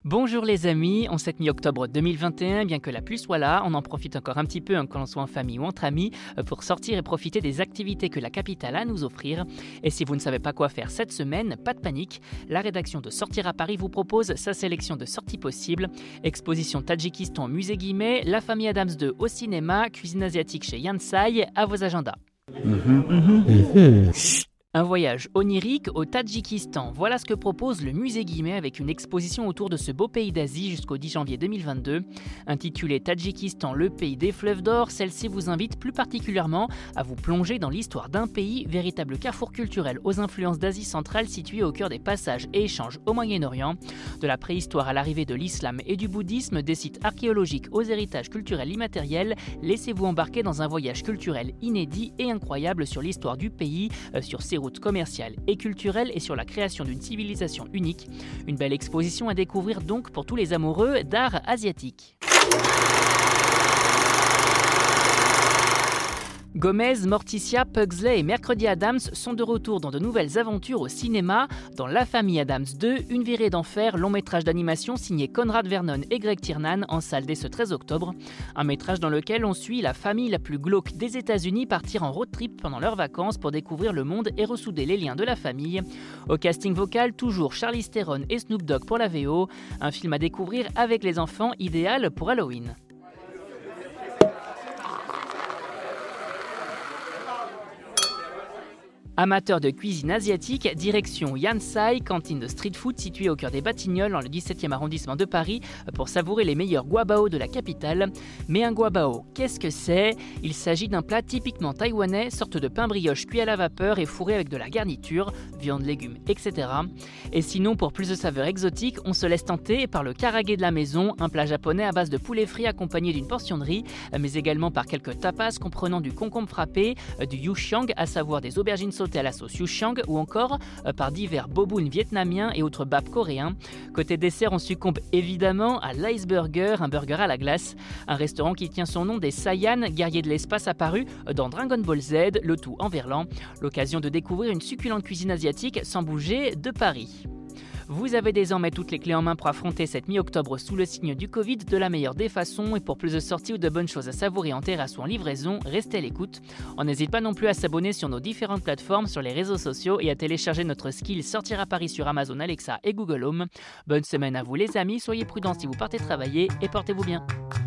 Bonjour les amis, en cette mi-octobre 2021, bien que la pluie soit là, on en profite encore un petit peu quand l'on soit en famille ou entre amis pour sortir et profiter des activités que la capitale a à nous offrir. Et si vous ne savez pas quoi faire cette semaine, pas de panique, la rédaction de Sortir à Paris vous propose sa sélection de sorties possibles. Exposition Tadjikistan au musée Guimet, La famille Adams 2 au cinéma, cuisine asiatique chez Yansai, à vos agendas. Un voyage onirique au Tadjikistan, voilà ce que propose le musée Guimet avec une exposition autour de ce beau pays d'Asie jusqu'au 10 janvier 2022. Intitulée Tadjikistan, le pays des fleuves d'or, celle-ci vous invite plus particulièrement à vous plonger dans l'histoire d'un pays, véritable carrefour culturel aux influences d'Asie centrale situé au cœur des passages et échanges au Moyen-Orient. De la préhistoire à l'arrivée de l'islam et du bouddhisme, des sites archéologiques aux héritages culturels immatériels, laissez-vous embarquer dans un voyage culturel inédit et incroyable sur l'histoire du pays, sur ses routes commerciales et culturelles et sur la création d'une civilisation unique. Une belle exposition à découvrir donc pour tous les amoureux d'art asiatique. Gomez, Morticia, Pugsley et Mercredi Adams sont de retour dans de nouvelles aventures au cinéma. Dans La famille Adams 2, Une virée d'enfer, long métrage d'animation signé Conrad Vernon et Greg Tiernan en salle dès ce 13 octobre. Un métrage dans lequel on suit la famille la plus glauque des États-Unis partir en road trip pendant leurs vacances pour découvrir le monde et ressouder les liens de la famille. Au casting vocal, toujours Charlize Theron et Snoop Dogg pour la VO. Un film à découvrir avec les enfants, idéal pour Halloween. Amateur de cuisine asiatique, direction Yansai, cantine de street food située au cœur des Batignolles dans le 17e arrondissement de Paris pour savourer les meilleurs guabao de la capitale. Mais un guabao, qu'est-ce que c'est ? Il s'agit d'un plat typiquement taïwanais, sorte de pain brioche cuit à la vapeur et fourré avec de la garniture, viande, légumes, etc. Et sinon, pour plus de saveurs exotiques, on se laisse tenter par le karage de la maison, un plat japonais à base de poulet frit accompagné d'une portion de riz, mais également par quelques tapas comprenant du concombre frappé, du yuxiang, à savoir des aubergines sautées à la sauce yuxiang, ou encore par divers bobounes vietnamiens et autres bap coréens. Côté dessert, on succombe évidemment à l'Ice Burger, un burger à la glace, un restaurant qui tient son nom des Saiyans, guerriers de l'espace apparus dans Dragon Ball Z, le tout en verlan. L'occasion de découvrir une succulente cuisine asiatique sans bouger de Paris. Vous avez désormais toutes les clés en main pour affronter cette mi-octobre sous le signe du Covid de la meilleure des façons, et pour plus de sorties ou de bonnes choses à savourer en terrasse ou en livraison, restez à l'écoute. On n'hésite pas non plus à s'abonner sur nos différentes plateformes, sur les réseaux sociaux et à télécharger notre skill Sortir à Paris sur Amazon Alexa et Google Home. Bonne semaine à vous les amis, soyez prudents si vous partez travailler et portez-vous bien.